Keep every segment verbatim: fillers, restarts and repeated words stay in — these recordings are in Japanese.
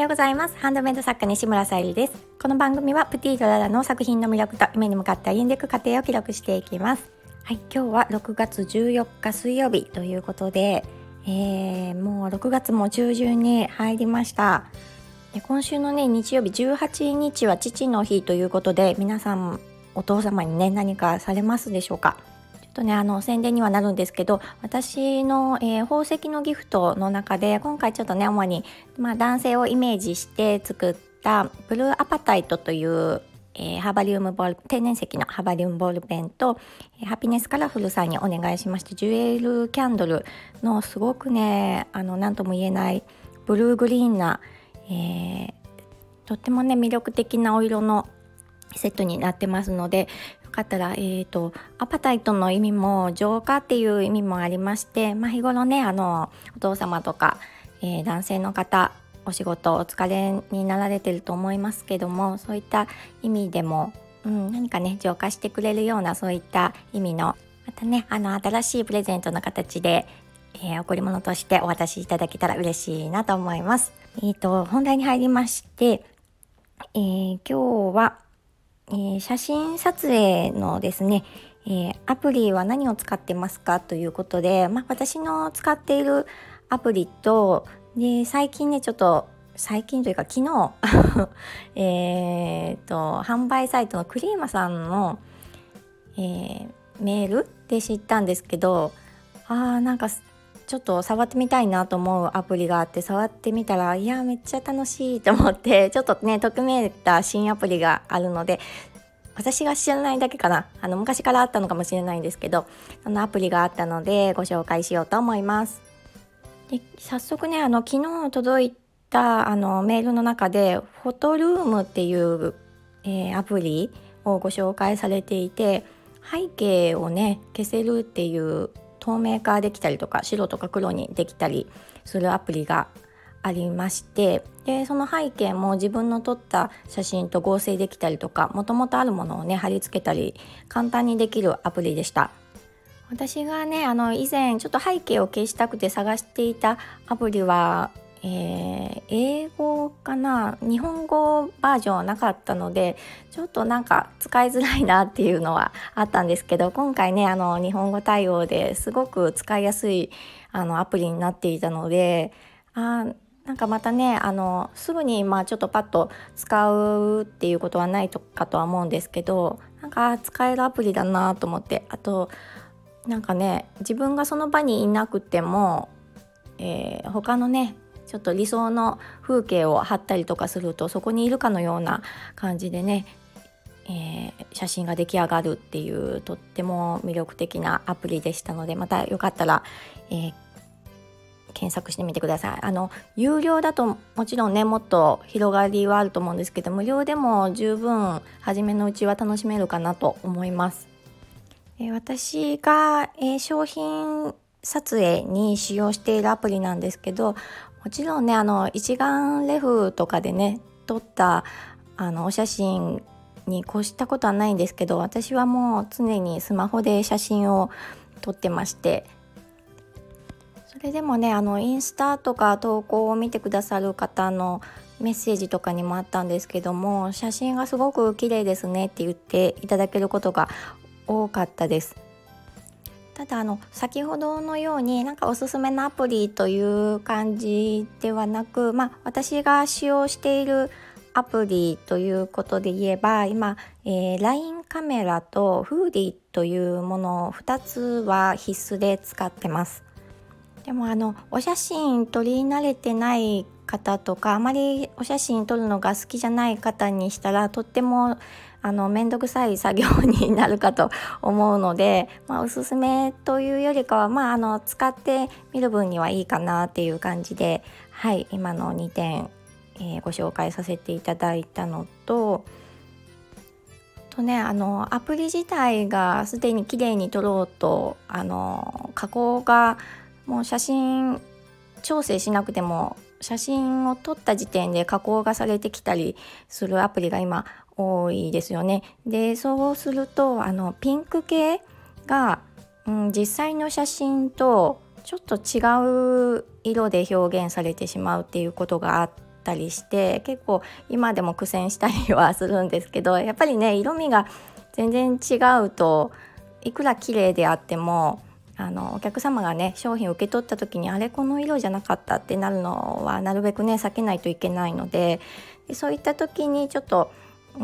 ようございます。ハンドメイド作家西村さゆりです。この番組はプティとララの作品の魅力と夢に向かって歩んでいく過程を記録していきます。はい、今日はろくがつじゅうよっか水曜日ということで、えー、もうろくがつも中旬に入りました。で今週のね日曜日じゅうはちにちは父の日ということで、皆さんお父様にね何かされますでしょうか。ちょっとねあの宣伝にはなるんですけど、私の、えー、宝石のギフトの中で今回ちょっとね主に、まあ、男性をイメージして作ったブルーアパタイトという、えー、ハーバリウムボール天然石のハーバリウムボールペンと、えー、ハピネスカラフルさんにお願いしまして、ジュエルキャンドルのすごくねあの何とも言えないブルーグリーンな、えー、とってもね魅力的なお色のセットになってますので、よかったら、えーと、アパタイトの意味も浄化っていう意味もありまして、まあ、日頃ねあのお父様とか、えー、男性の方お仕事お疲れになられてると思いますけども、そういった意味でも、うん、何かね浄化してくれるようなそういった意味のまたねあの新しいプレゼントの形で、えー、贈り物としてお渡しいただけたら嬉しいなと思います。えーと、本題に入りまして、えー、今日はえー、写真撮影のですね、えー、アプリは何を使ってますかということで、まあ、私の使っているアプリとで最近ねちょっと最近というか昨日えーと販売サイトのクリーマさんの、えー、メールで知ったんですけど、あーなんかちょっと触ってみたいなと思うアプリがあって、触ってみたらいやめっちゃ楽しいと思って、ちょっとね匿名た新アプリがあるので、私が知らないだけかな、あの昔からあったのかもしれないんですけど、そのアプリがあったのでご紹介しようと思います。で早速ねあの昨日届いたあのメールの中でフォトルームっていう、えー、アプリをご紹介されていて、背景をね消せるっていう透明化できたりとか白とか黒にできたりするアプリがありまして、でその背景も自分の撮った写真と合成できたりとか、もともとあるものをね貼り付けたり簡単にできるアプリでした。私がねあの以前ちょっと背景を消したくて探していたアプリは、えー、英語かな、日本語バージョンはなかったのでちょっとなんか使いづらいなっていうのはあったんですけど、今回ねあの日本語対応ですごく使いやすいあのアプリになっていたので、あなんかまたねあのすぐにまあちょっとパッと使うっていうことはないとかとは思うんですけど、なんか使えるアプリだなと思って、あとなんかね自分がその場にいなくても、えー、他のねちょっと理想の風景を貼ったりとかするとそこにいるかのような感じでね、えー、写真が出来上がるっていうとっても魅力的なアプリでしたので、またよかったら、えー、検索してみてください。あの有料だともちろんねもっと広がりはあると思うんですけど、無料でも十分初めのうちは楽しめるかなと思います。えー、私が、えー、商品撮影に使用しているアプリなんですけど、もちろんねあの一眼レフとかでね撮ったあのお写真に越したことはないんですけど、私はもう常にスマホで写真を撮ってまして、それでもねあのインスタとか投稿を見てくださる方のメッセージとかにもあったんですけども、写真がすごく綺麗ですねって言っていただけることが多かったです。ただあの先ほどのようになんかおすすめのアプリという感じではなく、まあ、私が使用しているアプリということで言えば今、えー、ライン カメラとフーディというものふたつは必須で使ってます。でもあのお写真撮り慣れてない方とか、あまりお写真撮るのが好きじゃない方にしたらとってもあのめんどくさい作業になるかと思うので、まあ、おすすめというよりかは、まあ、あの使ってみる分にはいいかなっていう感じで、はい、今のにてん、えー、ご紹介させていただいたのと、とね、あのアプリ自体がすでに綺麗に撮ろうとあの加工がもう写真調整しなくても写真を撮った時点で加工がされてきたりするアプリが今多いですよね。でそうするとあのピンク系が、うん、実際の写真とちょっと違う色で表現されてしまうっていうことがあっったりして、結構今でも苦戦したりはするんですけど、やっぱりね色味が全然違うといくら綺麗であってもあのお客様がね商品を受け取った時にあれこの色じゃなかったってなるのはなるべくね避けないといけないので、でそういった時にちょっと、うん、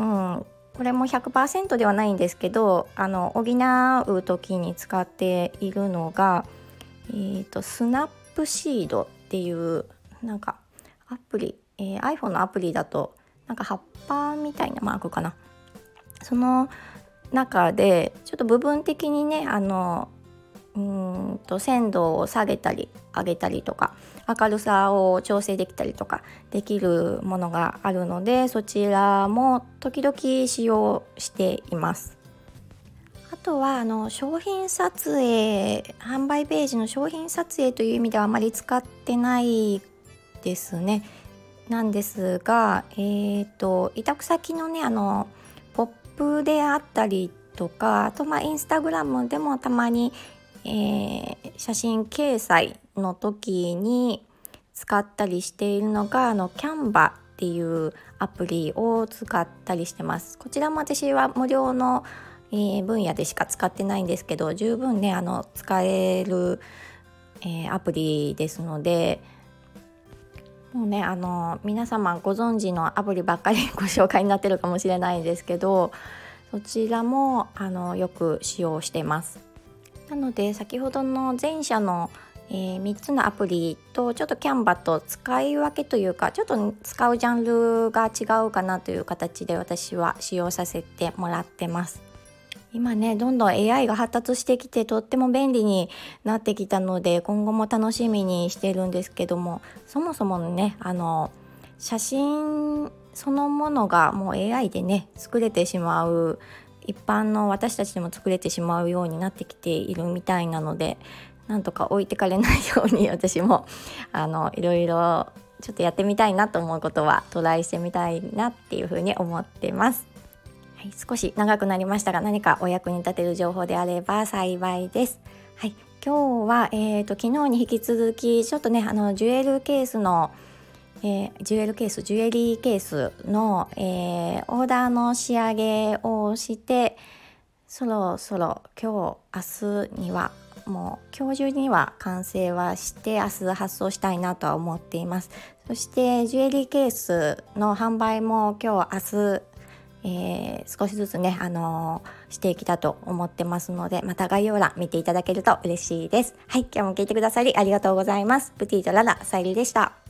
これも ひゃくパーセント ではないんですけど、あの補う時に使っているのが、えーと、スナップシードっていうなんかアプリ、えー、iPhone のアプリだとなんか葉っぱみたいなマークかな、その中でちょっと部分的にねあのうーんと鮮度を下げたり上げたりとか明るさを調整できたりとかできるものがあるので、そちらも時々使用しています。あとはあの商品撮影、販売ページの商品撮影という意味ではあまり使ってないですね。なんですが、えーと委託先のねあのポップであったりとか、あとまあインスタグラムでもたまに、えー写真掲載の時に使ったりしているのがあのキャンバっていうアプリを使ったりしてます。こちらも私は無料の、えー分野でしか使ってないんですけど、十分ねあの使える、えーアプリですので、もうねあの皆様ご存知のアプリばっかりご紹介になってるかもしれないんですけど、そちらもあのよく使用してます。なので先ほどの前者の、えー、みっつのアプリとちょっとキャンバと使い分けというか、ちょっと使うジャンルが違うかなという形で私は使用させてもらってます。今ねどんどん エーアイ が発達してきてとっても便利になってきたので、今後も楽しみにしてるんですけども、そもそもねあの写真そのものがもう エーアイ でね作れてしまう、一般の私たちでも作れてしまうようになってきているみたいなので、なんとか置いてかれないように私もあのいろいろちょっとやってみたいなと思うことはトライしてみたいなっていうふうに思ってます。はい、少し長くなりましたが何かお役に立てる情報であれば幸いです。はい、今日は、えーと、昨日に引き続きちょっとねあのジュエルケースのえー、ジュエルケースジュエリーケースの、えー、オーダーの仕上げをして、そろそろ今日明日にはもう今日中には完成はして明日発送したいなとは思っています。そしてジュエリーケースの販売も今日明日えー、少しずつね、あのー、していきたと思ってますので、また概要欄見ていただけると嬉しいです。はい、今日も聞いてくださりありがとうございます。プティとララさゆりでした。